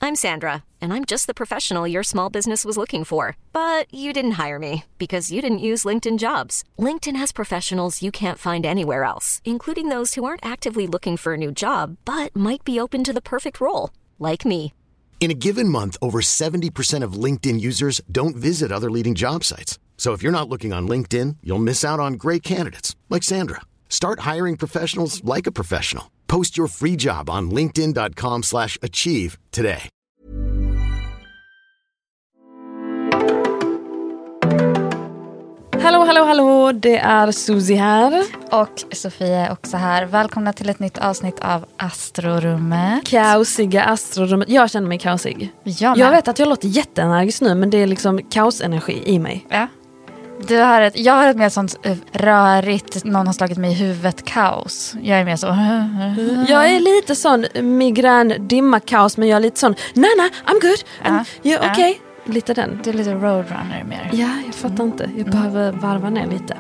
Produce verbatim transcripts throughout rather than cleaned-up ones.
I'm Sandra, and I'm just the professional your small business was looking for. But you didn't hire me because you didn't use LinkedIn Jobs. LinkedIn has professionals you can't find anywhere else, including those who aren't actively looking for a new job, but might be open to the perfect role, like me. In a given month, over seventy percent of LinkedIn users don't visit other leading job sites. So if you're not looking on LinkedIn, you'll miss out on great candidates like Sandra. Start hiring professionals like a professional. Post your free job on linkedin dot com slash achieve today. Hallå, hallå, hallå. Det är Susie här. Och Sofia är också här. Välkomna till ett nytt avsnitt av Astrorummet. Kaosiga Astrorummet. Jag känner mig kaosig. Jag, jag vet att jag låter jätteenergisk nu, men det är liksom kaosenergi i mig. Ja. Du har ett, jag har ett mer sånt uh, rörigt, någon har slagit mig i huvudet kaos. Jag är mer så... Jag är lite sån migrän, dimma kaos, men jag är lite sån, nej, nej, I'm good. I'm, ja. yeah, okej. Okay. Lite den. Du är lite roadrunner mer. Ja, jag fattar inte. Jag mm. behöver varva ner lite.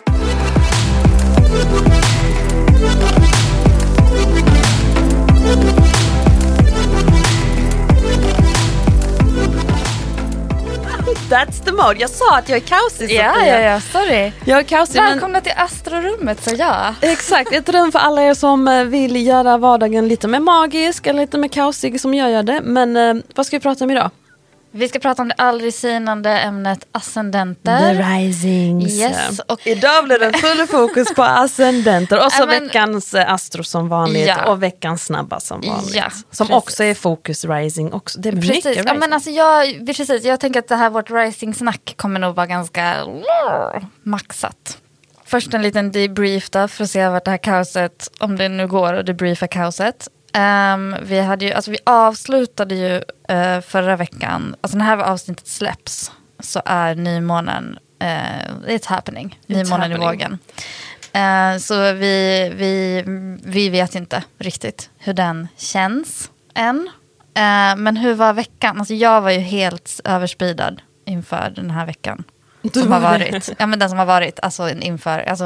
That's the mode. Jag sa att jag är kaosig. Ja, ja, ja, sorry. Jag är kaosig. Välkomna men... till Astrorummet, så ja. Exakt, ett rum för alla er som vill göra vardagen lite mer magisk eller lite mer kaosig som jag gör det. Men eh, vad ska vi prata om idag? Vi ska prata om det aldrig sinande ämnet ascendenter. The risings. Yes. Och idag blir det full fokus på ascendenter. Och så men, veckans astro som vanligt. Ja. Och veckans snabba som vanligt. Ja, som precis. Också är fokus rising. Också. Det är precis. mycket rising. Ja, men alltså jag, precis, jag tänker att det här vårt rising-snack kommer nog vara ganska maxat. Först en liten debrief då för att se vart det här kaoset, om det nu går att debriefa kaoset. Um, vi, hade ju, alltså vi avslutade ju uh, förra veckan, alltså när här avsnittet släpps så är nymånen, uh, it's happening, it's nymånen happening. I vågen. Uh, så vi, vi, vi vet inte riktigt hur den känns än. Uh, men hur var veckan? Alltså jag var ju helt överspridad inför den här veckan. Du som har varit. Ja, men den som har varit, alltså inför, alltså,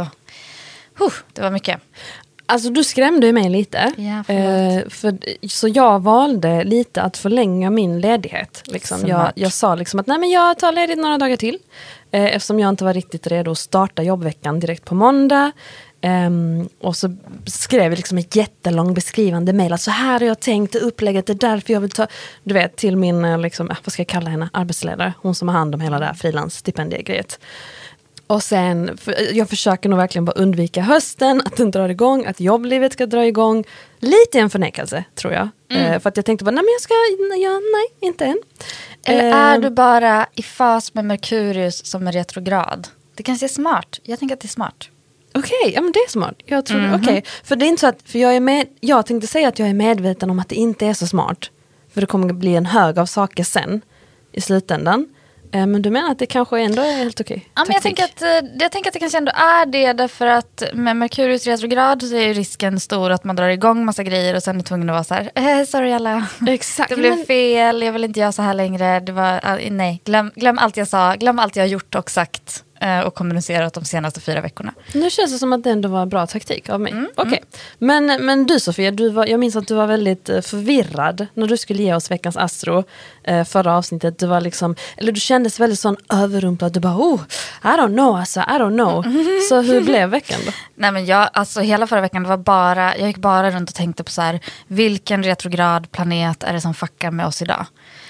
huh, det var mycket. Alltså du skrämde ju mig lite. Ja, eh, för, så jag valde lite att förlänga min ledighet. Liksom. Jag, jag sa liksom att nej, men jag tar ledigt några dagar till. Eh, eftersom jag inte var riktigt redo att starta jobbveckan direkt på måndag. Eh, och så skrev jag liksom ett jättelång beskrivande mejl. Så här har jag tänkt upplägget. Det är därför jag vill ta, du vet, till min, liksom, vad ska jag kalla henne, arbetsledare. Hon som har hand om hela det här frilansstipendiegrejet. Och sen, för jag försöker nog verkligen bara undvika hösten, att den drar igång, att jobblivet ska dra igång. Lite en förnekelse, tror jag. Mm. Eh, för att jag tänkte bara, nej men jag ska, ja, nej, inte än. Eller eh, är du bara i fas med Merkurius som är retrograd? Det kanske är smart. Jag tänker att det är smart. Okej, okay, ja men det är smart. Jag tror, mm-hmm. okej. Okay. För det är inte så att, för jag är med, jag tänkte säga att jag är medveten om att det inte är så smart. För det kommer att bli en hög av saker sen, i slutändan. Men du menar att det kanske ändå är helt okej? Ja, men jag tänker, att, jag tänker att det kanske ändå är det. Därför att med Merkurius retrograd så är risken stor att man drar igång massa grejer och sen är tvungen att vara så här, eh, sorry alla. Exakt. Det blev men... fel, jag vill inte göra så här längre. Det var, nej, glöm, glöm allt jag sa, glöm allt jag har gjort och sagt och kommunicerat de senaste fyra veckorna. Nu känns det som att det ändå var en bra taktik av mig. Mm, Okej. Okay. Mm. Men, men du Sofia, du var, jag minns att du var väldigt förvirrad när du skulle ge oss veckans astro eh, förra avsnittet. Du var liksom, eller du kändes väldigt sån överrumplad. Du bara, oh, I don't know alltså, I don't know. Mm. Så hur blev veckan då? Nej men jag, alltså hela förra veckan det var bara, jag gick bara runt och tänkte på så här, vilken retrograd planet är det som fuckar med oss idag?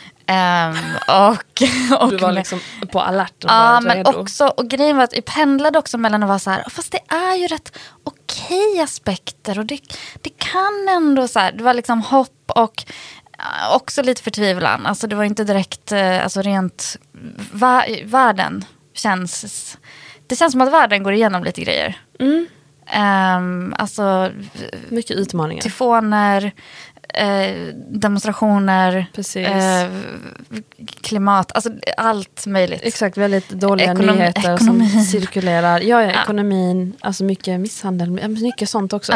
Um, och, och du var liksom på alert. Ja, men redo. Också, och grejen var att jag pendlade också mellan att vara så här, fast det är ju rätt okej aspekter och det, det kan ändå så här, det var liksom hopp och också lite förtvivlan. Alltså det var inte direkt, alltså rent va, världen känns, det känns som att världen går igenom lite grejer. Mm. Um, alltså mycket utmaningar. Tyfoner, Eh, demonstrationer, eh, klimat, alltså allt möjligt. Exakt, väldigt dåliga Ekonom- nyheter ekonomin. som cirkulerar. Ja, ja, ja. Ekonomin, alltså mycket misshandel, mycket sånt också.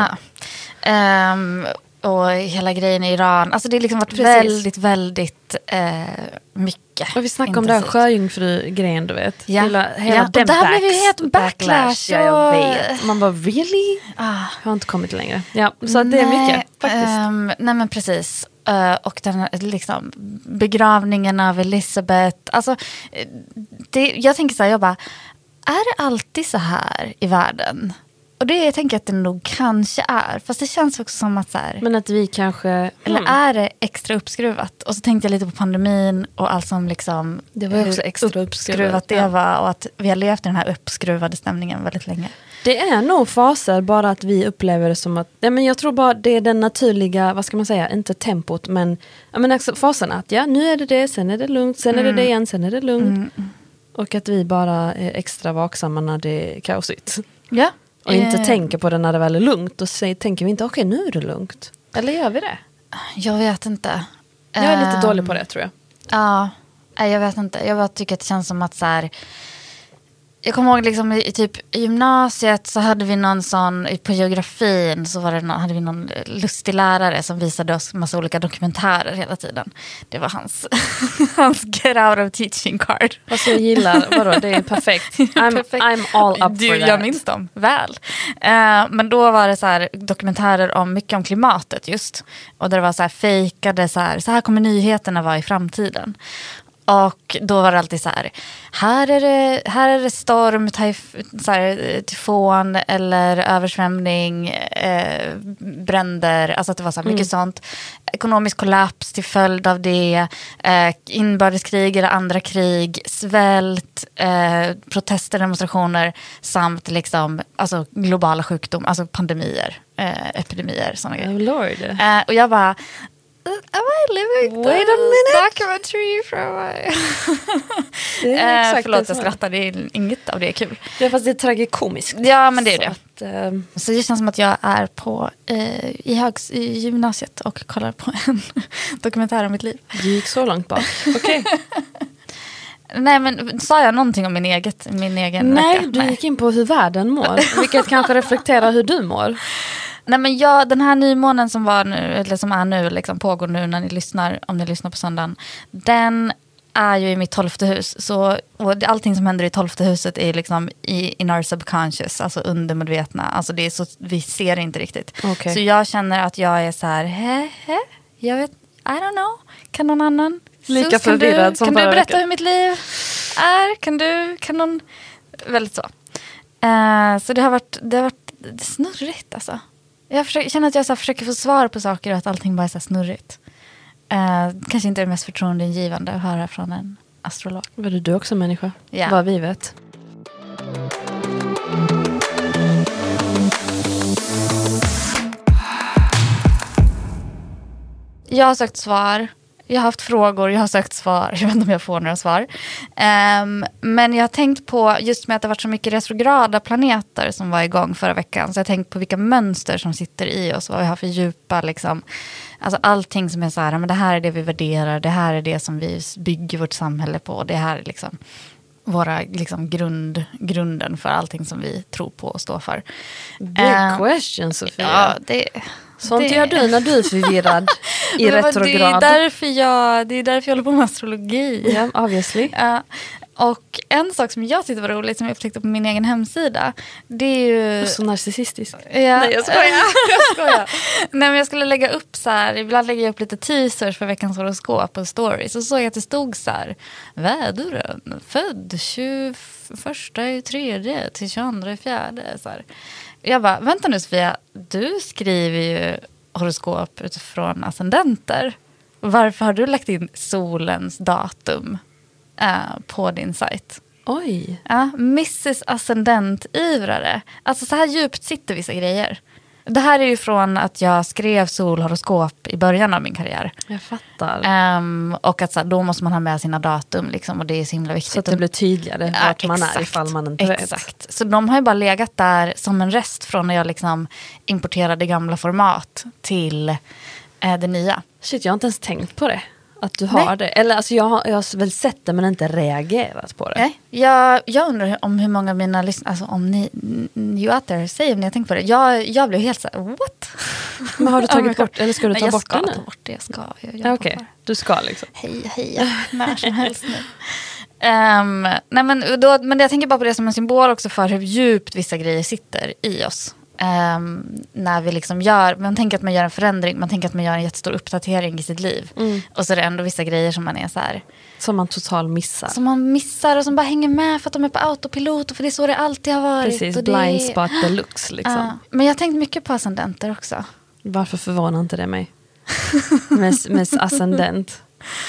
Ja. Um, och hela grejen i Iran. Alltså det har liksom varit Precis. väldigt, väldigt eh, mycket. Och vi snackade om det här sjöjungfru-grejen, du vet. Ja. Hela, hela ja. Och där backs, blev ju helt backlash. backlash ja, jag vet. Man bara, really? Ah. Jag har inte kommit längre. Ja, så att det är mycket, faktiskt. Um, nej men precis. Uh, och den liksom begravningen av Elizabeth. Alltså, det, jag tänker så här, jag bara, är det alltid så här i världen? Och det jag tänker att det nog kanske är. Fast det känns också som att så här, men att vi kanske... Eller Mm. är det extra uppskruvat? Och så tänkte jag lite på pandemin och allt som liksom... Det var ju också extra uppskruvat det ja. var. Och att vi har levt i den här uppskruvade stämningen väldigt länge. Det är nog faser, bara att vi upplever det som att... Ja, men jag tror bara det är den naturliga, vad ska man säga, inte tempot, men, ja, men också fasen att ja, nu är det det, sen är det lugnt, sen mm. är det det igen, sen är det lugnt. Mm. Och att vi bara är extra vaksamma när det är kaosigt. Ja. Och inte eh. tänker på det när det väl är lugnt. Och så tänker vi inte, okej, okay, nu är det lugnt. Eller gör vi det? Jag vet inte. Jag är lite um, dålig på det, tror jag. Ja, jag vet inte. Jag bara tycker att det känns som att så här... Jag kommer ihåg liksom i, i typ i gymnasiet så hade vi någon sån, på geografin så var det någon, hade vi någon lustig lärare som visade oss massa olika dokumentärer hela tiden. Det var hans, hans get out of teaching card. Alltså jag gillar, vadå, det är perfekt. I'm, perfekt. I'm all up du, for that. Jag minns dem väl. Uh, men då var det så här dokumentärer om mycket om klimatet just. Och där det var så här fejkade så här, så här kommer nyheterna vara i framtiden. Och då var det alltid så här, här är det, här är det storm, tyf, så här, tyfon eller översvämning, eh, bränder, alltså att det var så här mycket mm. sånt. Ekonomisk kollaps till följd av det, eh, inbördeskrig eller andra krig, svält, eh, protester, demonstrationer samt liksom, alltså globala sjukdom, alltså pandemier, eh, epidemier, sådana grejer. Oh Lord. Eh, och jag bara... Am I living Wait a minute. documentary from my... Det är exakt eh, förlåt, det jag skrattar. Det är inget av det är kul. Ja, fast det är tragikomiskt. Ja, men det är det. Så, att, um... så det känns som att jag är på eh, i, högs, i gymnasiet och kollar på en dokumentär om mitt liv. Du gick så långt bak. Okej. Okay. Nej, men sa jag någonting om min, eget, min egen Nej, vecka? du Nej. gick in på hur världen mår. Vilket kanske reflekterar hur du mår. Nej, men jag, den här nymånen som var nu, eller som är nu, liksom pågår nu när ni lyssnar, om ni lyssnar på söndagen, den är ju i mitt tolfte hus. Så, och allting som händer i tolfte huset är liksom i in our subconscious, alltså undermedvetna. Alltså det är så, vi ser det inte riktigt. Okay. Så jag känner att jag är så här, he, he, jag vet, I don't know, kan någon annan? Lika Sus, förvirrad kan du, som Kan du berätta veckan. hur mitt liv är? Kan du, kan någon, väldigt så. Uh, så det har varit, det har varit snurrigt alltså. Jag, försöker, jag känner att jag så här, försöker få svar på saker och att allting bara är så här snurrigt. Uh, kanske inte är det mest förtroendeingivande att höra från en astrolog. Var det du också människa? Ja. Vad vi vet. Jag har sökt svar. Jag har haft frågor, jag har sökt svar. Jag vet inte om jag får några svar. Um, men jag har tänkt på, just med att det har varit så mycket retrograda planeter som var igång förra veckan. Så jag har tänkt på vilka mönster som sitter i oss. Vad vi har för djupa, liksom. Alltså allting som är så här, men det här är det vi värderar. Det här är det som vi bygger vårt samhälle på. Det här är liksom våra liksom grund, grunden för allting som vi tror på och står för. Big uh, question, Sofia. Ja, det... Sånt det... gör du när du är förvirrad i retrograd. Det är därför jag, det är därför jag håller på med astrologi. Ja, yeah, obviously. Uh, och en sak som jag tyckte var roligt som jag upptäckte på min egen hemsida, det är ju... Så narcissistisk. Ja. Nej, jag skojar. jag skojar. Nej, men jag skulle lägga upp så här, ibland lägger jag upp lite teasers för veckans horoskop på stories. Och så såg jag att det stod så här, väduren, född tjugoförsta i tredje till tjugoandra i fjärde. Så här. Jag bara, vänta nu Sofia, du skriver ju horoskop utifrån ascendenter. Varför har du lagt in solens datum uh, på din sajt? Oj. Ja, missus Ascendent-ivrare. Alltså så här djupt sitter vissa grejer. Det här är ju från att jag skrev solhoroskop i början av min karriär. Jag fattar. Um, och att så här, då måste man ha med sina datum liksom, och det är så himla viktigt. Så att det blir tydligare ja, vart man exakt, är ifall man inte vet. Exakt. Så de har ju bara legat där som en rest från när jag liksom importerade gamla format till eh, det nya. Shit, jag har inte ens tänkt på det. Att du har Nej. det. Eller alltså jag har, jag har väl sett det men inte reagerat på det. Nej. Jag, jag undrar om hur många av mina lyssnare, alltså om ni, you out there, säg om ni har tänkt på det. Jag, jag blev helt så här, what? Men har du tagit bort, eller ska du ta Nej, bort det nu? Jag ska ta bort det, jag ska. Jag, jag ja, okej, okay. Du ska liksom. Hej, hej, när som helst nu. Um, nej men, då, men jag tänker bara på det som en symbol också för hur djupt vissa grejer sitter i oss. Um, när vi liksom gör, man tänker att man gör en förändring, man tänker att man gör en jättestor uppdatering i sitt liv. Mm. Och så är det ändå vissa grejer som man är så här, som man totalt missar. Som man missar och som bara hänger med för att de är på autopilot och för det är så det alltid har varit. Precis, och blind det... spot deluxe liksom. Uh, men jag har tänkt mycket på ascendenter också. Varför förvånar inte det mig? med, med ascendent.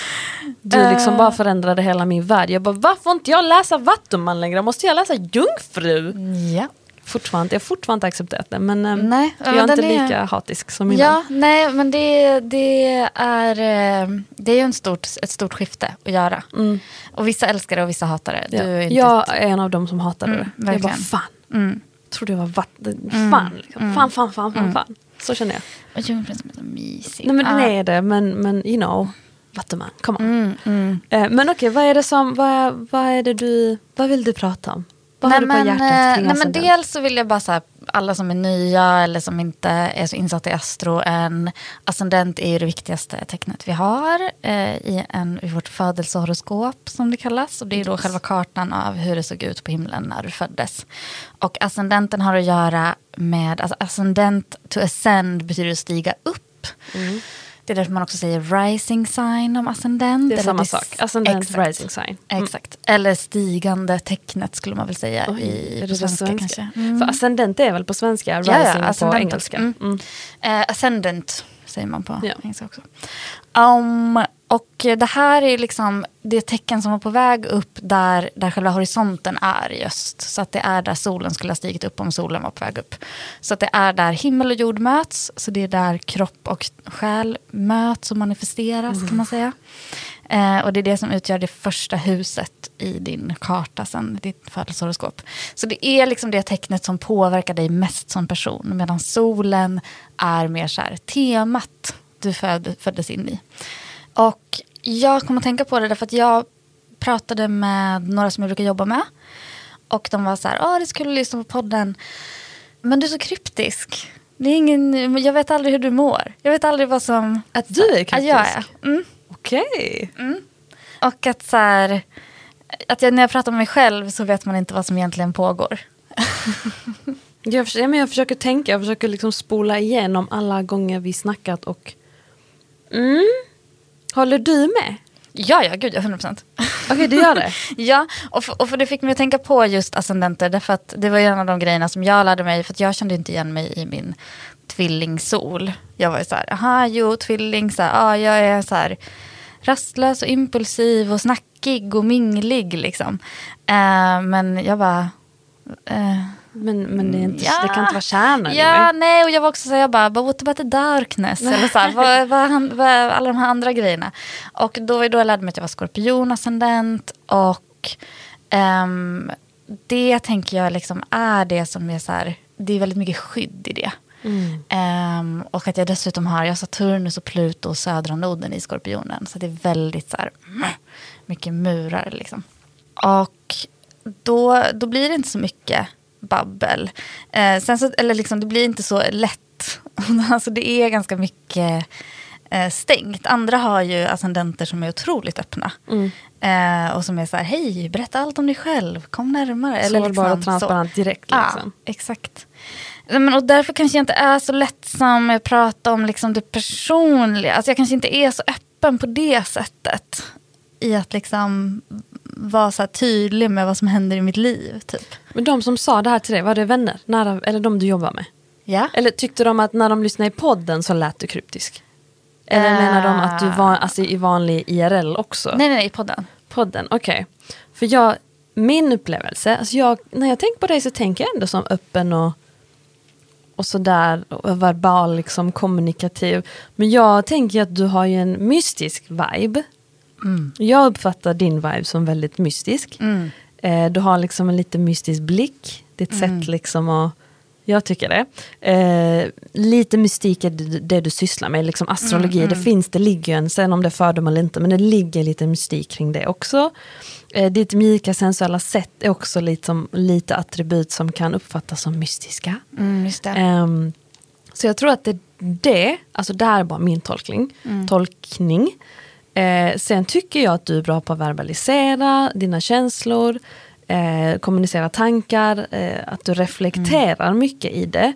Du liksom uh, bara förändrade hela min värld. Jag bara, varför får inte jag läsa Vattuman längre? Måste jag läsa Jungfru? Ja. Fortfarande, jag har fortfarande inte accepterat det. Men nej, jag är inte är... lika hatisk som innan. Ja, nej, men det, det är det är ju en stort, ett stort skifte att göra. Mm. Och vissa älskar det och vissa hatar det. Ja. Du är inte jag ett... är en av dem som hatar det. Mm, jag bara, fan. Mm. Trodde jag var vatten. Fan, liksom. mm. fan, fan, fan, fan, mm. fan. Så känner jag. Och Jungfru är så mysig. Nej, men ah. den är det. Men, men you know, Vattuman, come on. Mm, mm. Eh, men okej, okay, vad är det som, vad, vad är det du, vad vill du prata om? Vad nej, har du på hjärtat kring nej, men dels så vill jag bara säga alla som är nya eller som inte är så insatta i astro än ascendent är ju det viktigaste tecknet vi har eh, i, en, i vårt födelsehoroskop som det kallas. Och det är då yes. själva kartan av hur det såg ut på himlen när du föddes. Och ascendenten har att göra med, alltså ascendent to ascend betyder att stiga upp. Mm. Det är därför man också säger rising sign om ascendent. Det är eller samma det, sak. Ascendent, exakt, rising sign. Mm. Exakt. Eller stigande tecknet skulle man väl säga. Oj, i är det svenska, svenska kanske. Mm. För ascendent är väl på svenska, rising ja, ja, på engelska. Mm. Mm. Uh, ascendant säger man på ja. engelska också. Um, och det här är liksom det tecken som var på väg upp där, där själva horisonten är just. Så att det är där solen skulle ha stigit upp om solen var på väg upp. Så att det är där himmel och jord möts. Så det är där kropp och själ möts och manifesteras mm. kan man säga. Eh, och det är det som utgör det första huset i din karta sen, ditt födelsehoroskop. Så det är liksom det tecknet som påverkar dig mest som person. Medan solen är mer så här temat du föd, föddes in i. Och jag kommer att tänka på det därför att jag pratade med några som jag brukar jobba med. Och de var så här, åh det skulle lyssna på podden. Men du är så kryptisk. Det är ingen, jag vet aldrig hur du mår. Jag vet aldrig vad som... Att du är kryptisk? Att jag är. Mm. Okej. Okay. Mm. Och att så här, att jag, när jag pratar med mig själv så vet man inte vad som egentligen pågår. jag, försöker, men jag försöker tänka, jag försöker liksom spola igenom alla gånger vi snackat och... Mm. Håller du med? Ja, ja, gud, jag hundra procent. Okej, okay, du gör det? Ja, och för, och för det fick mig att tänka på just ascendenter. Därför att det var en av de grejerna som jag lärde mig. För att jag kände inte igen mig i min tvillingsol. Jag var ju så här, aha, jo, tvilling. Så här, ah, jag är så här rastlös och impulsiv och snackig och minglig liksom. Uh, men jag bara... Uh, Men, men det, är inte, ja, det kan inte vara kärnan. Ja, nej, och jag var också så jag bara, what about the darkness? Eller så här, vad, vad, vad, alla de här andra grejerna. Och då var då jag lärde mig att jag var skorpion ascendent. Och um, det tänker jag liksom är det som är så här, det är väldigt mycket skydd i det. Mm. Um, och att jag dessutom har, jag har Saturnus och Pluto och södra noden i skorpionen. Så det är väldigt så här, mycket murar liksom. Och då, då blir det inte så mycket babbel. Eh, sen så, eller liksom, det blir inte så lätt. Alltså det är ganska mycket eh, stängt. Andra har ju ascendenter som är otroligt öppna. Mm. Eh, och som är så här, hej, berätta allt om dig själv. Kom närmare. Så eller liksom, bara transparent så. Direkt. Liksom. Ja, exakt. Men, och därför kanske jag inte är så lättsam att prata om liksom, det personliga. Alltså jag kanske inte är så öppen på det sättet. I att liksom vara så här tydlig med vad som händer i mitt liv typ. Men de som sa det här till dig, var det vänner? Nära, eller de du jobbar med? Ja. Eller tyckte de att när de lyssnade i podden så lät du kryptisk? Eller uh. menar de att du var alltså, i vanlig I R L också? Nej, nej, i podden. Podden, okej. Okay. För jag, min upplevelse, alltså jag, när jag tänker på dig så tänker jag ändå som öppen och och sådär, och verbal liksom kommunikativ. Men jag tänker att du har ju en mystisk vibe. Mm. Jag uppfattar din vibe som väldigt mystisk. Mm. Eh, du har liksom en lite mystisk blick. Ditt mm. sätt liksom att, jag tycker det. Eh, lite mystik är det, det du sysslar med. Liksom astrologi, mm, mm. det finns, det ligger en, sen om det är fördom eller inte, men det ligger lite mystik kring det också. Eh, ditt mjuka sensuella sätt är också liksom, lite attribut som kan uppfattas som mystiska. Mm, just det. Eh, så jag tror att det, det, alltså det här är bara min tolkning. Mm. Tolkning. Eh, sen tycker jag att du är bra på att verbalisera dina känslor, eh, kommunicera tankar, eh, att du reflekterar mm. mycket i det.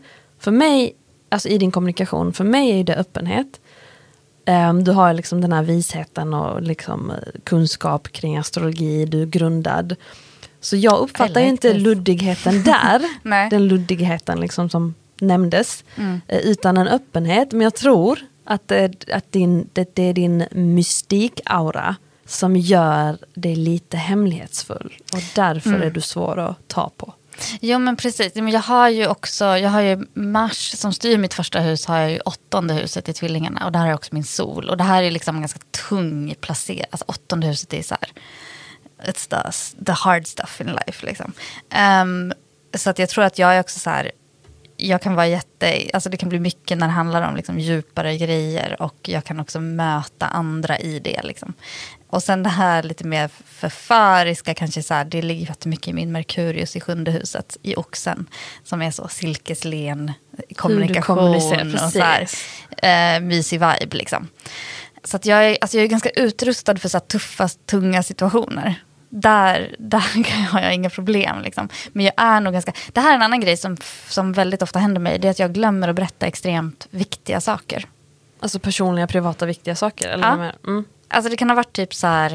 För mig, alltså i din kommunikation, för mig är det öppenhet. Um, du har liksom den här visheten och liksom kunskap kring astrologi, du är grundad. Så jag uppfattar like ju inte this. luddigheten där, den luddigheten liksom som nämndes, mm. utan en öppenhet. Men jag tror att, det, att din, det, det är din mystik-aura som gör det lite hemlighetsfull. Och därför mm. är du svår att ta på. Jo men precis, jag har ju också, jag har ju Mars som styr mitt första hus, har jag ju åttonde huset i tvillingarna och där har jag också min sol. Och det här är liksom en ganska tung placering, alltså åttonde huset är så här, it's the, the hard stuff in life liksom. Um, så att jag tror att jag är också så här, jag kan vara jätte, alltså det kan bli mycket när det handlar om liksom djupare grejer och jag kan också möta andra i det liksom. Och sen det här lite mer förföriska kanske så här, det ligger jättemycket i min Merkurius i sjunde huset i Oxen som är så silkeslen kommunikation och så här, eh, mysig vibe liksom. Så att jag är, alltså jag är ganska utrustad för så här tuffa, tunga situationer. Där, där har jag inga problem liksom. Men jag är nog ganska, det här är en annan grej som, som väldigt ofta händer mig, det är att jag glömmer att berätta extremt viktiga saker. Alltså personliga, privata, viktiga saker? Eller ja. Med? Mm. Alltså det kan ha varit typ så här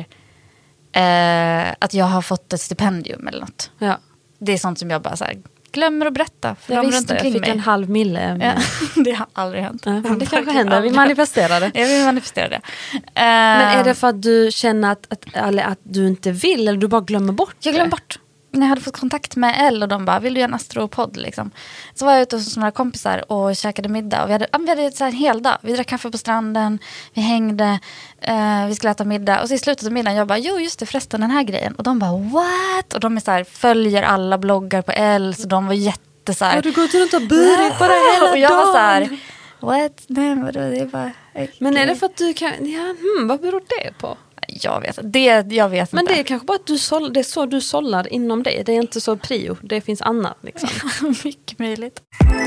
eh, att jag har fått ett stipendium eller något. Ja. Det är sånt som jag bara så här glömmer att berätta för jag de visste, runt omkring jag fick mig. en halv mille. Ja, det har aldrig hänt. Ja, det kanske händer, vi manifesterar det. Ja, vi manifesterar det. Uh, Men är det för att du känner att, att, eller att du inte vill eller du bara glömmer bort Jag glömmer bort. När jag hade fått kontakt med Elle och de bara, vill du göra en astropodd liksom. Så var jag ute hos några kompisar och käkade middag. Och vi hade, vi hade så här en hel dag. Vi drack kaffe på stranden, vi hängde, uh, vi skulle äta middag. Och så i slutet av middagen jag bara, jo just det förresten den här grejen. Och de bara, what? Och de är så här, följer alla bloggar på Elle. Så de var jätte så här. Har du gått runt och burit på det hela dagen? Och jag var så här, what? Nej, vadå, det är bara... Okay. Men är det för att du kan... Ja, hmm, vad beror det på? Jag vet, det, jag vet Men inte. det är kanske bara att du såll, det är så du sållar inom det. Det är inte så prio. Det finns annat liksom. Mycket möjligt.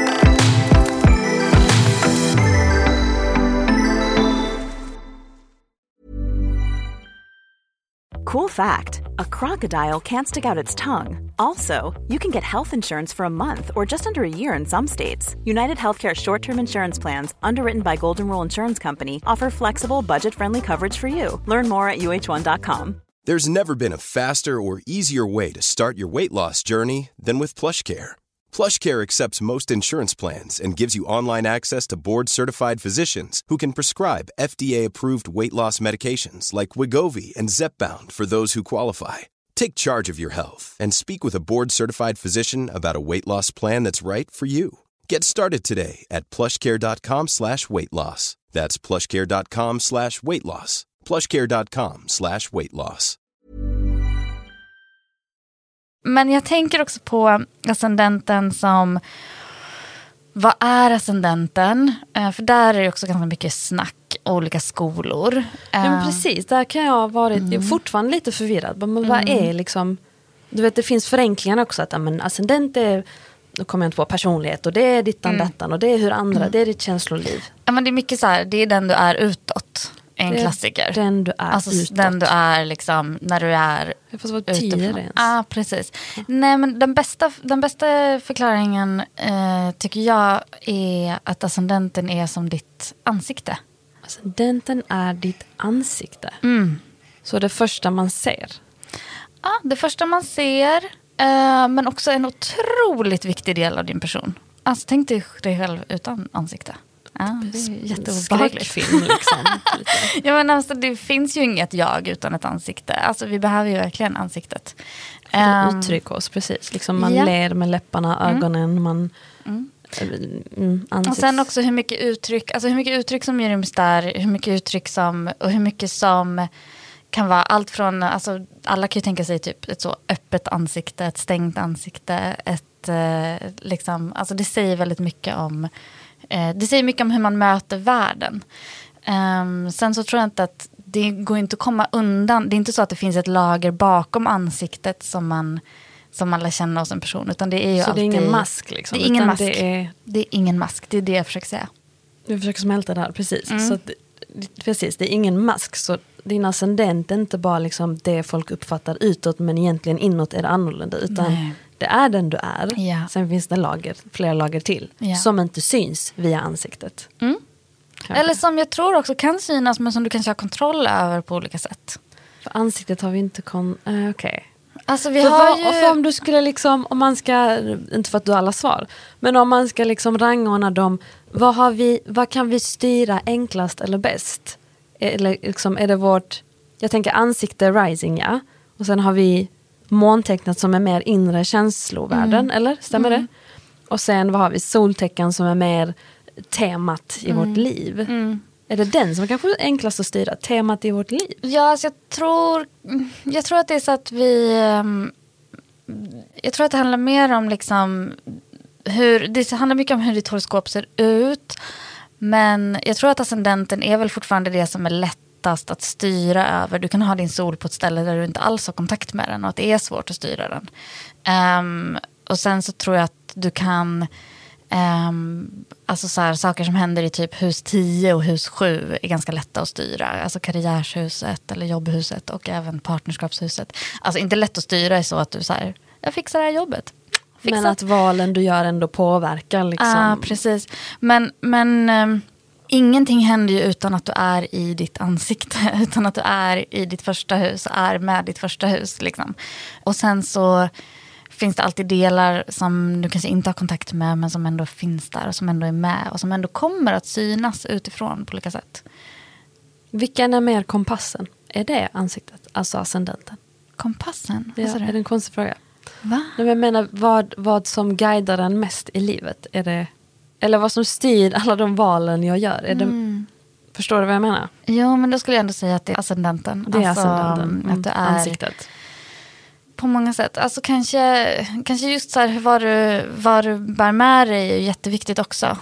Cool fact, a crocodile can't stick out its tongue. Also, you can get health insurance for a month or just under a year in some states. United Healthcare short-term insurance plans, underwritten by Golden Rule Insurance Company, offer flexible, budget-friendly coverage for you. Learn more at U H one dot com. There's never been a faster or easier way to start your weight loss journey than with PlushCare. PlushCare accepts most insurance plans and gives you online access to board-certified physicians who can prescribe F D A-approved weight loss medications like Wegovy and Zepbound for those who qualify. Take charge of your health and speak with a board-certified physician about a weight loss plan that's right for you. Get started today at plushcare.com slash weight loss. That's plushcare.com slash weight loss. plushcare.com slash weight loss. Men jag tänker också på ascendenten som, vad är ascendenten? För där är det också ganska mycket snack, olika skolor. Ja men precis, där kan jag ha varit mm. fortfarande lite förvirrad. Men mm. vad är liksom, du vet det finns förenklingar också att men ascendent är, nu kommer jag inte på personlighet och det är dittan mm. dattan och det är hur andra, mm. det är ditt känsloliv. Ja men det är mycket så här, det är den du är utåt. En klassiker. Den du är alltså, utåt. Den du är liksom när du är jag får vad tidigare ens. Ja, precis. Ja. Nej, men den bästa, den bästa förklaringen eh, tycker jag är att ascendenten är som ditt ansikte. Ascendenten är ditt ansikte. Mm. Så det första man ser. Ja, det första man ser. Eh, men också en otroligt viktig del av din person. Alltså tänk dig dig själv utan ansikte. Ja, det är jätteobehagligt film liksom. Ja, men alltså, det finns ju inget jag utan ett ansikte. Alltså vi behöver ju verkligen ansiktet. Um, uttryck oss, precis. Liksom man ja. ler med läpparna, ögonen, mm. man mm. Mm, och sen också hur mycket uttryck, alltså hur mycket uttryck som ryms där, hur mycket uttryck som, och hur mycket som kan vara allt från, alltså alla kan ju tänka sig typ ett så öppet ansikte, ett stängt ansikte, ett eh, liksom, alltså det säger väldigt mycket om det säger mycket om hur man möter världen. Um, sen så tror jag inte att det går inte att komma undan. Det är inte så att det finns ett lager bakom ansiktet som man, som man lär känna hos en person. Utan det är ju så alltid, det är ingen mask liksom? Det är ingen mask. Det är... det är ingen mask. Det är det jag försöker säga. Du försöker smälta det här, precis. Mm. Så att, precis, det är ingen mask. Så din ascendent är inte bara liksom det folk uppfattar utåt, men egentligen inåt är det annorlunda. Utan Nej. Det är den du är. Ja. Sen finns det lager, flera lager till. Ja. Som inte syns via ansiktet. Mm. Eller som jag tror också kan synas, men som du kanske har kontroll över på olika sätt. För ansiktet har vi inte kon... Uh, Okej. Okay. Alltså vi för har vad, ju... och för om du skulle liksom, om man ska, inte för att du har alla svar, men om man ska liksom rangordna dem, vad, har vi, vad kan vi styra enklast eller bäst? Eller liksom, är det vårt, jag tänker ansikte, rising, ja. Och sen har vi måntecknet som är mer inre känslovärlden, mm. eller? Stämmer mm. det? Och sen vad har vi? Soltecken som är mer temat i mm. vårt liv. Mm. Är det den som kanske är enklast att styra? Temat i vårt liv? Ja, alltså jag tror jag tror att det är så att vi jag tror att det handlar mer om liksom hur, det handlar mycket om hur ditt horoskop ser ut, men jag tror att ascendenten är väl fortfarande det som är lättast att styra över. Du kan ha din sol på ett ställe där du inte alls har kontakt med den och att det är svårt att styra den. Um, och sen så tror jag att du kan Um, alltså så här, saker som händer i typ hus tio och hus sju är ganska lätta att styra. Alltså karriärshuset eller jobbhuset och även partnerskapshuset. Alltså inte lätt att styra är så att du så här, jag fixar det här jobbet. Fixar. Men att valen du gör ändå påverkar liksom. Ja, ah, precis. Men, men um, ingenting händer ju utan att du är i ditt ansikte. Utan att du är i ditt första hus och är med ditt första hus liksom. Och sen så finns det alltid delar som du kanske inte har kontakt med, men som ändå finns där och som ändå är med och som ändå kommer att synas utifrån på olika sätt. Vilken är mer kompassen? Är det ansiktet? Alltså ascendenten? Kompassen? Ja, är det en konstig fråga? Va? Nej, jag menar, vad, vad som guidar den mest i livet? Är det, eller vad som styr alla de valen jag gör? Är mm. det, förstår du vad jag menar? Ja, men då skulle jag ändå säga att det är ascendenten. Det är alltså, ascendenten. Mm. Att du är ansiktet. På många sätt. Alltså kanske, kanske just så här vad du, vad du bär med dig är jätteviktigt också.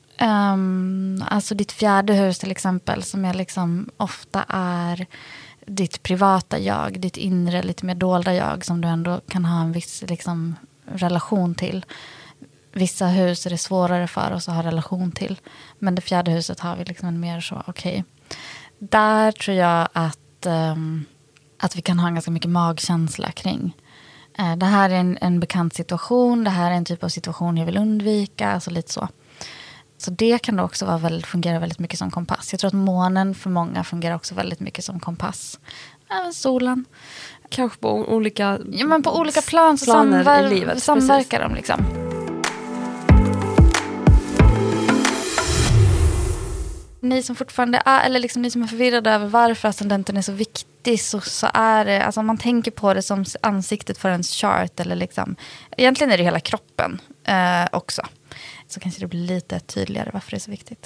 Um, alltså ditt fjärde hus till exempel, som är liksom ofta är ditt privata jag, ditt inre, lite mer dolda jag som du ändå kan ha en viss liksom, relation till. Vissa hus är det svårare för oss att ha relation till. Men det fjärde huset har vi liksom en mer så, okej. Okay. Där tror jag att um, att vi kan ha en ganska mycket magkänsla kring. Eh, det här är en, en bekant situation. Det här är en typ av situation jag vill undvika. Alltså lite så. Så det kan då också vara väldigt, fungera väldigt mycket som kompass. Jag tror att månen för många fungerar också väldigt mycket som kompass. Även solen. Kanske på olika ja, men på olika plan så samver- i livet, samverkar precis. De liksom. Ni som fortfarande är, eller liksom ni som är förvirrade över varför ascendenten är så viktig, så, så är det, alltså om man tänker på det som ansiktet för ens chart, eller liksom, egentligen är det hela kroppen eh, också. Så kanske det blir lite tydligare varför det är så viktigt.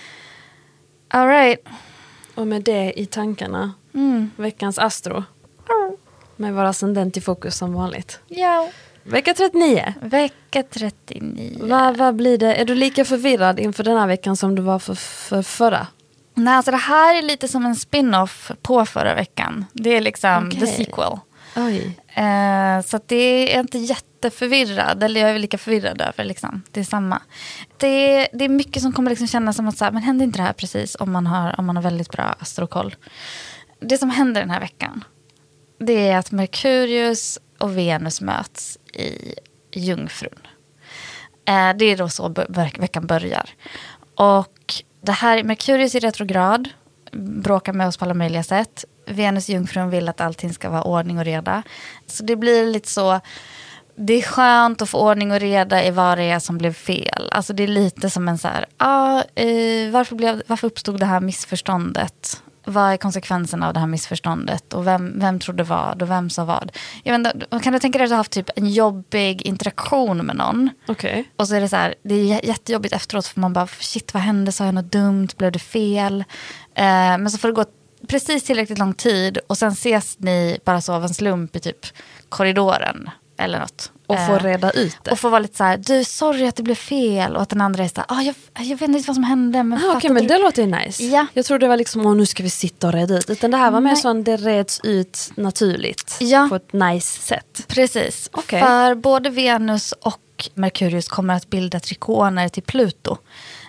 All right. Och med det i tankarna, mm. veckans astro. Med vår ascendent i fokus som vanligt. Ja. Vecka trettionio. Vecka trettionio. Vad, vad blir det? Är du lika förvirrad inför den här veckan som du var för, för förra? Nej, alltså det här är lite som en spin-off på förra veckan. Det är liksom okay. the sequel. Oj. Eh, så att det är inte jätteförvirrad. Eller jag är väl lika förvirrad över liksom. Det är samma. Det, det är mycket som kommer liksom kännas som att så här, men händer inte det här precis om man har, om man har väldigt bra astrokoll. Det som händer den här veckan, det är att Merkurius och Venus möts i Jungfrun. Eh, det är då så be- veckan börjar. Och det här, Merkurius i retrograd, bråkar med oss på alla möjliga sätt. Venus i Jungfrun vill att allting ska vara ordning och reda. Så det blir lite så, det är skönt att få ordning och reda i vad det är som blev fel. Alltså det är lite som en så här, ah, eh, varför, blev, varför uppstod det här missförståndet? Vad är konsekvenserna av det här missförståndet? Och vem, vem trodde vad? Och vem sa vad? Jag vet inte, kan du tänka dig att du har haft typ en jobbig interaktion med någon? Okej. Okay. Och så är det så här, det är jättejobbigt efteråt. För man bara, shit vad hände? Sa jag något dumt? Blev det fel? Eh, men så får det gå precis tillräckligt lång tid. Och sen ses ni bara så av en slump i typ korridoren. Eller något. Och få reda ut det. Och få vara lite så här, du, sorry att det blev fel. Och att den andra är så här, ah, jag, jag vet inte vad som hände. Men ah, okej, okay, men du... det låter ju nice. Ja. Jag trodde det var liksom, åh, nu ska vi sitta och reda ut. Utan det här var mer så att det reds ut naturligt. Ja. På ett nice sätt. Precis. Okay. För både Venus och Merkurius kommer att bilda trikoner till Pluto.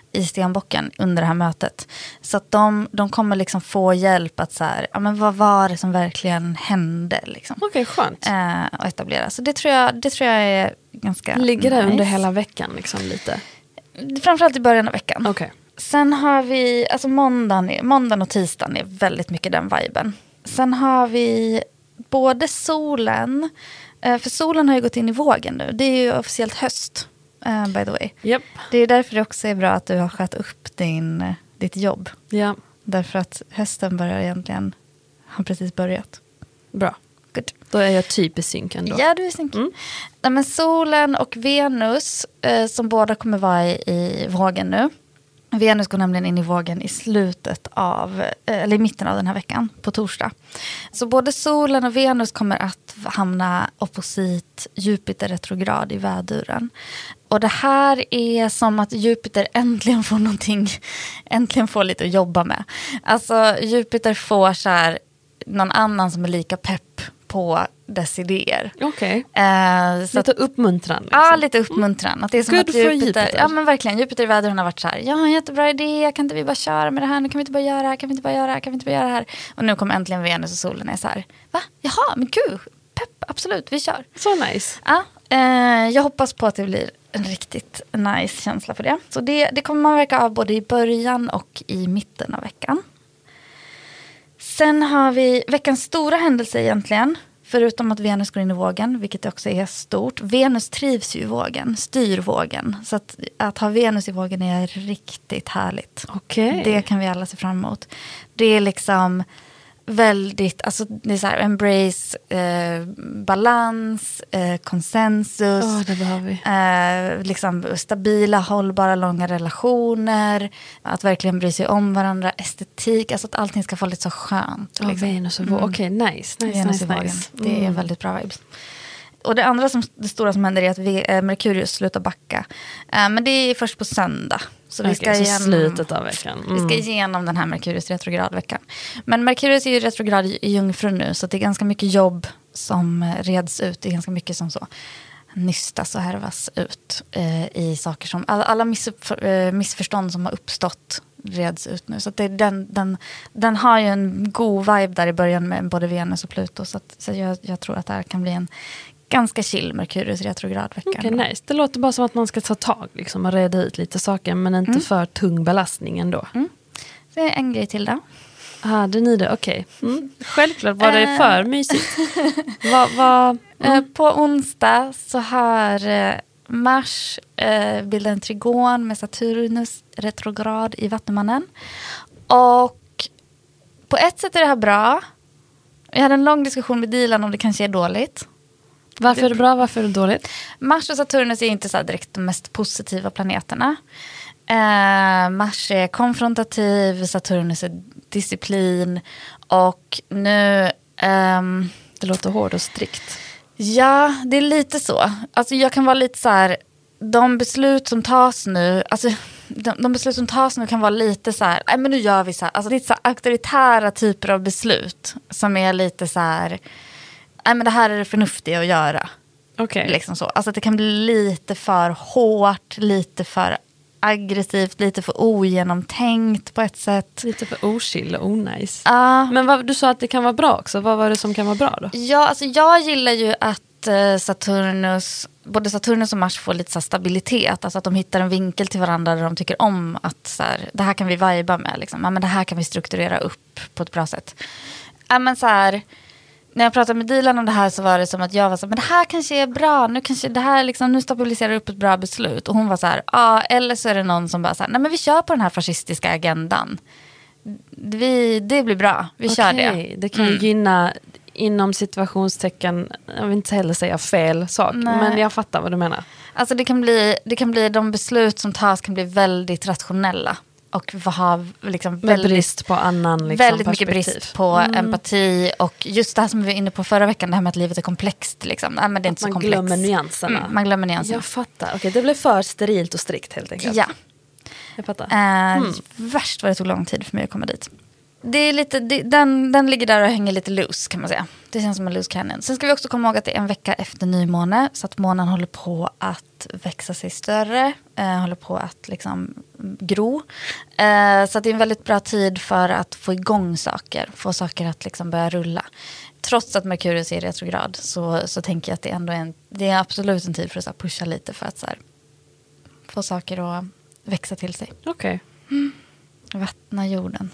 i stenbocken under det här mötet. Så att de, de kommer liksom få hjälp att så här, ja men vad var det som verkligen hände liksom. Okej, okay, skönt. Eh, och etablera. Så det tror jag, det tror jag är ganska Ligger det nice. under hela veckan liksom lite? Framförallt i början av veckan. Okej. Okay. Sen har vi, alltså måndagen, måndagen och tisdagen är väldigt mycket den viben. Sen har vi både solen, för solen har ju gått in i vågen nu. Det är ju officiellt höst, by the way. Yep. Det är därför det också är bra att du har skött upp din, ditt jobb. Ja. Därför att hösten börjar egentligen, har precis börjat. Bra. Good. Då är jag typ i synk ändå. Ja, du är i synk. Mm. Nej, men solen och Venus, eh, som båda kommer vara i, i vågen nu. Venus går nämligen in i vågen i slutet av, eller i mitten av den här veckan, på torsdag. Så både solen och Venus kommer att hamna opposit Jupiter retrograd i väduren. Och det här är som att Jupiter äntligen får någonting, äntligen får lite att jobba med. Alltså Jupiter får så här någon annan som är lika pepp på dess idéer. Okej. Okay. Eh, lite att, uppmuntran. Liksom. Ja, lite uppmuntran. Att det är som Good att Jupiter, Jupiter. Ja, men verkligen. Jupiter i vädren har varit så här. Ja, en jättebra idé. Kan inte vi bara köra med det här? Nu kan vi inte bara göra det här. Kan vi inte bara göra det här? Kan vi inte bara göra det här? Och nu kommer äntligen Venus och solen är så här. Va? Jaha, men gud. Pepp, absolut. Vi kör. Så nice. Ja, eh, jag hoppas på att det blir en riktigt nice känsla för det. Så det, det kommer man verka av både i början och i mitten av veckan. Sen har vi veckans stora händelse egentligen. Förutom att Venus går in i vågen, vilket också är stort. Venus trivs ju i vågen, styr vågen. Så att, att ha Venus i vågen är riktigt härligt. Okay. Det kan vi alla se fram emot. Det är liksom väldigt, alltså det är så här, embrace, eh, balans, eh, konsensus. Oh, det behöver vi. Eh, liksom stabila, hållbara, långa relationer. Att verkligen bry sig om varandra, estetik. Alltså att allting ska få lite så skönt. Oh, liksom. Venus och vågen. Mm. Okej, okay, nice, nice, Venus nice, nice. Det är mm. väldigt bra vibes. Och det andra som, det stora som händer är att vi, eh, Merkurius slutar backa. Eh, men det är först på söndag. Så okay, vi ska så igenom, slutet av veckan. Mm. Vi ska igenom den här Merkurius retrogradveckan. Men Merkurius är ju retrograd i Jungfrun nu. Så det är ganska mycket jobb som reds ut. Det är ganska mycket som så nystas och härvas ut eh, i saker som... Alla, alla missupp, eh, missförstånd som har uppstått reds ut nu. Så att det är den, den, den har ju en god vibe där i början med både Venus och Pluto. Så, att, så jag, jag tror att det här kan bli en ganska chill Merkurius retrogradvecka. Okej, okay, nice. Det låter bara som att man ska ta tag liksom, och reda ut lite saker, men inte mm. för tung belastning ändå. Mm. Det är en grej till då. Hade ni det? Okej. Okay. Mm. Självklart var det för mysigt. va, va, mm. På onsdag så har Mars eh, bildat en trigon med Saturnus retrograd i Vattumannen. Och på ett sätt är det här bra. Jag hade en lång diskussion med Dilan om det kanske är dåligt. Varför är det bra? Varför är det dåligt? Mars och Saturnus är inte så här direkt de mest positiva planeterna. Eh, Mars är konfrontativ, Saturnus är disciplin. Och nu... Ehm, det låter hårt och strikt. Ja, det är lite så. Alltså jag kan vara lite så här... De beslut som tas nu... Alltså, de, de beslut som tas nu kan vara lite så här... Nej, men nu gör vi så här. Alltså lite så här auktoritära typer av beslut. Som är lite så här... Nej, men det här är det förnuftiga att göra. Okej. Okay. Liksom så. Alltså att det kan bli lite för hårt, lite för aggressivt, lite för ogenomtänkt på ett sätt. Lite för ochill och onajs. Uh, men vad, du sa att det kan vara bra också. Vad var det som kan vara bra då? Ja, alltså jag gillar ju att uh, Saturnus, både Saturnus och Mars får lite så här stabilitet. Alltså att de hittar en vinkel till varandra där de tycker om att så här, det här kan vi viba med. Liksom. Ja, men det här kan vi strukturera upp på ett bra sätt. Ja, men så här... När jag pratade med Dilan om det här så var det som att jag var så här, men det här kanske är bra, nu kanske det här liksom, nu stabiliserar upp ett bra beslut. Och hon var så här, ja, eller så är det någon som bara så här, nej men vi kör på den här fascistiska agendan. Vi, det blir bra, vi okay, kör det. Det kan ju mm. gynna inom situationstecken, jag vill inte heller säga fel sak, nej. Men jag fattar vad du menar. Alltså det kan bli, det kan bli, de beslut som tas kan bli väldigt rationella. Och ha liksom väldigt, brist på annan liksom, väldigt mycket brist på mm. empati. Och just det här som vi var inne på förra veckan, det här med att livet är komplext. Liksom. Nej, men det är inte man så komplext. glömmer nyanserna. Mm, man glömmer nyanserna. Jag fattar. Okej, okay, det blev för sterilt och strikt helt enkelt. Ja. Jag fattar. Eh, mm. Värst vad det tog lång tid för mig att komma dit. det är lite, det, den, den ligger där och hänger lite loose kan man säga. Det känns som en loose cannon. Sen ska vi också komma ihåg att det är en vecka efter nymåne. Så att månen håller på att växa sig större. Eh, håller på att liksom gro. Eh, så att det är en väldigt bra tid för att få igång saker. Få saker att liksom börja rulla. Trots att Merkurius är i retrograd så, så tänker jag att det ändå är en, det är absolut en tid för att så här, pusha lite. För att så här, få saker att växa till sig. Okej. Okay. Mm. Vattna jorden.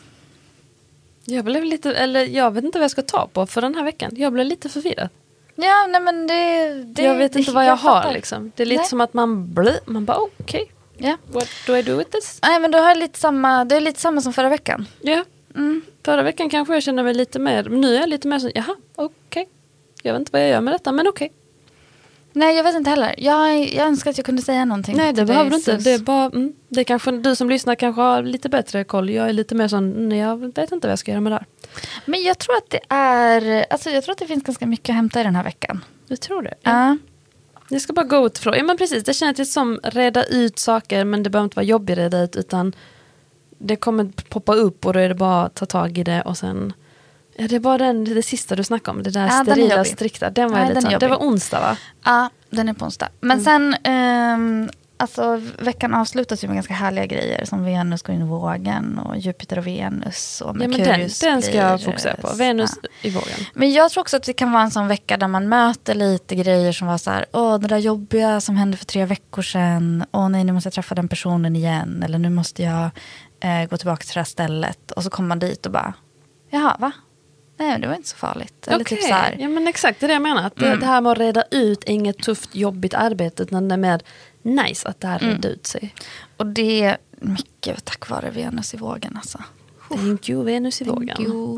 Jag blev lite, eller jag vet inte vad jag ska ta på för den här veckan. Jag blev lite förvirrad. Ja, nej men det... det jag vet inte det, vad jag, jag har fattar. liksom. Det är lite nej. som att man blir, man bara okej. Okay. Ja. What do I do with this? Nej men du har lite samma, det är lite samma som förra veckan. Ja. Mm. Förra veckan kanske jag kände mig lite mer, nu är jag lite mer så, jaha, okej. Okay. Jag vet inte vad jag gör med detta, men okej. Okay. Nej, jag vet inte heller. Jag, jag önskar att jag kunde säga någonting. Nej, det behöver du inte. Det är bara, mm, det är kanske, du som lyssnar kanske har lite bättre koll. Jag är lite mer sån, nej, jag vet inte vad jag ska göra med det här. Men jag tror att det är, alltså jag tror att det finns ganska mycket att hämta i den här veckan. Du tror det? Ja. Uh. Jag ska bara gå utifrån. Ja, men precis. Det känns lite som reda ut saker, men det behöver inte vara jobbigt reda ut, utan det kommer poppa upp och då är det bara att ta tag i det och sen... Ja, det är bara den, det sista du snackade om. Det där ja, sterila, den strikta. Den var ja, lite den det var onsdag, va? Ja, den är på onsdag. Men mm. sen, um, alltså veckan avslutas ju med ganska härliga grejer. Som Venus går in i vågen och Jupiter och Venus och Merkurius. Ja, men den, den ska jag fokusera på. Venus ja. i vågen. Men jag tror också att det kan vara en sån vecka där man möter lite grejer som var så här, åh, det där jobbiga som hände för tre veckor sedan. Åh nej, nu måste jag träffa den personen igen. Eller nu måste jag eh, gå tillbaka till det här stället. Och så kommer man dit och bara, jaha, va? Nej, det var inte så farligt. Eller okay. typ så här. Ja, men exakt, det är det jag menar. Att det, mm. det här med att reda ut är inget tufft, jobbigt arbete, utan det är mer nice att det här mm. reda ut sig. Och det är mycket tack vare Venus i vågen, alltså. Thank you, Venus i Thank vågen. You.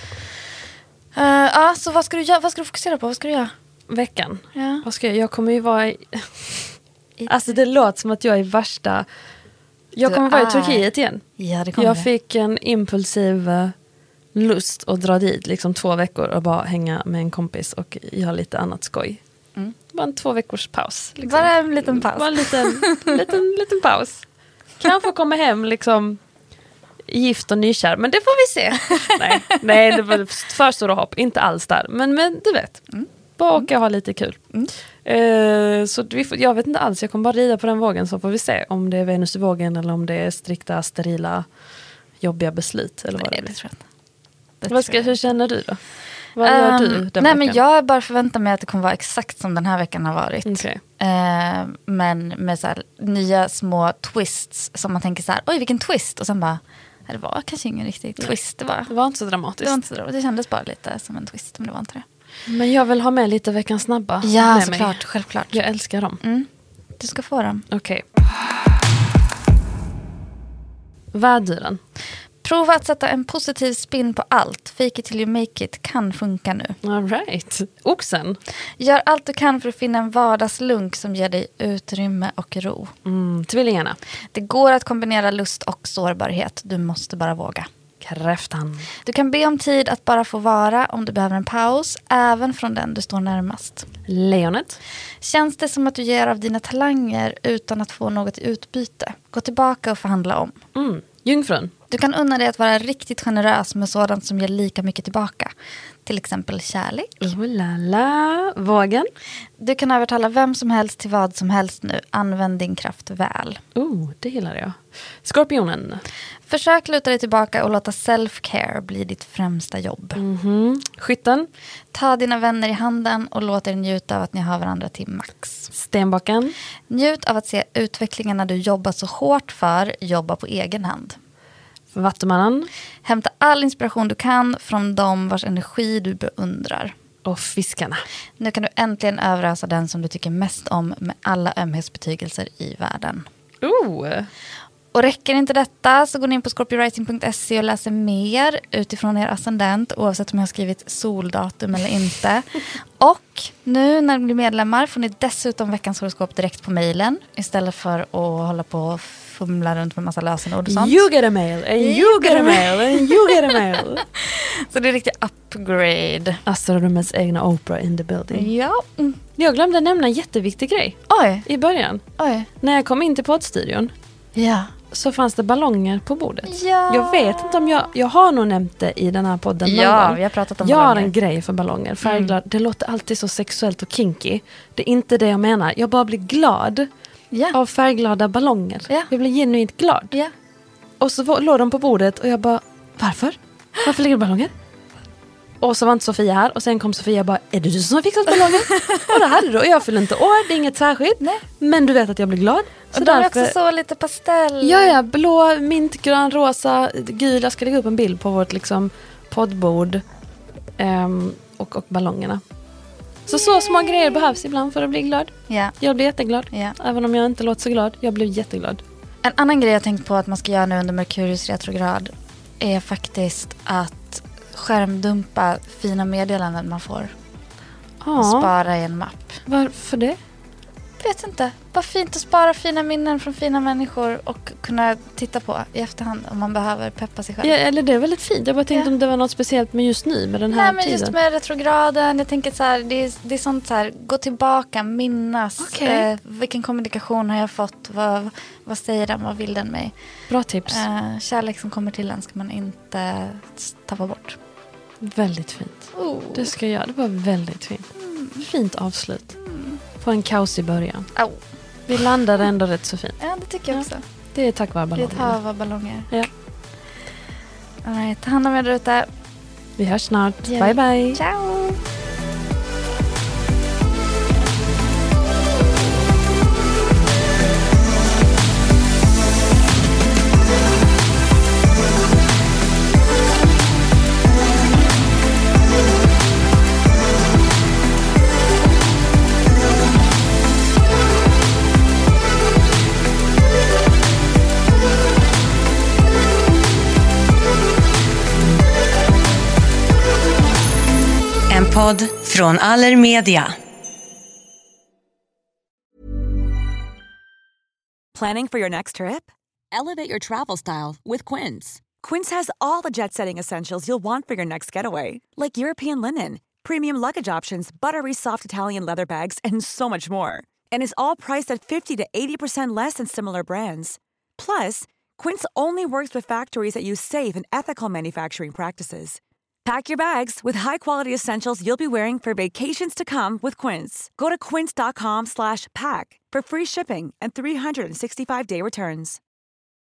Uh, ja, så vad ska du göra? Vad ska du fokusera på? Vad ska du göra? Veckan. Ja. Vad ska jag? Jag kommer ju vara i... alltså det låter som att jag är värsta... Jag du kommer vara är... i Turkiet igen. Ja, det kommer jag det. fick en impulsiv... lust att dra dit liksom två veckor och bara hänga med en kompis och göra lite annat skoj. Mm. Bara en två veckors paus. Liksom. Bara en liten paus. Bara en liten, liten, liten paus. Kanske komma hem liksom gift och nykär, men det får vi se. nej, nej, det var för stora hopp. Inte alls där. Men, men du vet, mm. bara åka och ha lite kul. Mm. Uh, så vi får, jag vet inte alls, jag kommer bara rida på den vågen så får vi se om det är Venus i vågen eller om det är strikta, sterila, jobbiga beslut. Eller vad nej, det, det tror jag inte. Vad ska, hur känner du då? Vad gör um, du den Nej veckan? men jag bara förväntar mig att det kommer vara exakt som den här veckan har varit. Okay. Uh, men med så här, nya små twists som man tänker så här, oj vilken twist. Och sen bara, det var kanske ingen riktig twist. Det var, det var inte så dramatiskt. Det var inte så dramatiskt. Det kändes bara lite som en twist, men det var inte det. Men jag vill ha med lite veckans snabba. Ja, såklart, självklart. Jag älskar dem. Mm. Du ska få dem. Okej. Okay. Väduren. Prova att sätta en positiv spin på allt. Fake it till you make it kan funka nu. All right. Oxen. Gör allt du kan för att finna en vardagslunk som ger dig utrymme och ro. Mm, tvillingarna. Det går att kombinera lust och sårbarhet. Du måste bara våga. Kräftan. Du kan be om tid att bara få vara om du behöver en paus. Även från den du står närmast. Lejonet. Känns det som att du ger av dina talanger utan att få något i utbyte? Gå tillbaka och förhandla om. Mm. Jungfrun. Du kan unna dig att vara riktigt generös med sådant som ger lika mycket tillbaka. Till exempel kärlek. Oh la la. Vågen. Du kan övertala vem som helst till vad som helst nu. Använd din kraft väl. Oh, det gillar jag. Skorpionen. Försök luta dig tillbaka och låta self-care bli ditt främsta jobb. Mm-hmm. Skytten. Ta dina vänner i handen och låt er njuta av att ni har varandra till max. Stenbocken. Njut av att se utvecklingarna du jobbar så hårt för. Jobba på egen hand. Vattumannen. Hämta all inspiration du kan från dem vars energi du beundrar. Och fiskarna. Nu kan du äntligen överösa den som du tycker mest om med alla ömhetsbetygelser i världen. Oh. Och räcker inte detta så går ni in på scorpio rising punkt se och läser mer utifrån er ascendent oavsett om jag har skrivit soldatum eller inte. Och nu när ni blir medlemmar får ni dessutom veckans horoskop direkt på mejlen istället för att hålla på och fumla runt med massa lösenord och sånt. You get a mail, and you get a mail, and you get a mail. Så det är riktigt upgrade. Astronomers egna Oprah in the building. Ja. Mm. Jag glömde nämna en jätteviktig grej. Oj. I början. Oj. När jag kom in till poddstudion. Ja. så fanns det ballonger på bordet. Ja. Jag vet inte om jag, jag har nog nämnt det i den här podden. Ja, vi har pratat om jag ballonger. har en grej för ballonger. Färgglad, mm. Det låter alltid så sexuellt och kinky. Det är inte det jag menar. Jag bara blir glad ja. av färgglada ballonger. Ja. Jag blir genuint glad. Ja. Och så var, låg de på bordet och jag bara, varför? Varför ligger det ballonger? Och så var inte Sofia här. Och sen kom Sofia och bara, är det du som har fixat ballonger? Och det hade du. Och jag fyller inte år, det är inget särskilt. Nej. Men du vet att jag blir glad. Så och de är också så lite pastell. Ja, ja, blå, mintgrön, rosa, gul. Jag ska lägga upp en bild på vårt liksom, poddbord. Um, och, och ballongerna. Så så små grejer behövs ibland för att bli glad. Ja. Jag blir jätteglad. Ja. Även om jag inte låter så glad. Jag blir jätteglad. En annan grej jag tänkt på att man ska göra nu under Merkurius retrograd är faktiskt att skärmdumpa fina meddelanden man får. Ja. Och spara i en mapp. Varför det? Vet inte. Bara fint att spara fina minnen från fina människor och kunna titta på i efterhand om man behöver peppa sig själv. Ja, eller det är väldigt fint. Jag bara tänkte ja. om det var något speciellt med just nu med den här Nej, men tiden. just med retrograden. Jag tänker så här, det är, det är sånt så här, gå tillbaka, minnas. Okay. Eh, vilken kommunikation har jag fått? Vad, vad säger den? Vad vill den mig? Bra tips. Eh, kärlek som kommer till en ska man inte tappa bort. Väldigt fint. Oh. Det ska jag. Det var väldigt fint. Mm. Fint avslut. Mm. På en kaos i början. Oh. Vi landade ändå rätt så fint. Ja, det tycker jag också. Det är tack vare ballonger. Det är ett hav av ballonger. Ja. All right, ta hand om er där ute. Vi hörs snart. Ja. Bye bye. Ciao. En podd från Allermedia. Planning for your next trip? Elevate your travel style with Quince. Quince has all the jet-setting essentials you'll want for your next getaway, like European linen, premium luggage options, buttery soft Italian leather bags, and so much more. And is all priced at fifty to eighty percent less than similar brands. Plus, Quince only works with factories that use safe and ethical manufacturing practices. Pack your bags with high-quality essentials you'll be wearing for vacations to come with Quince. Go to quince dot com slash pack for free shipping and three hundred sixty-five day returns.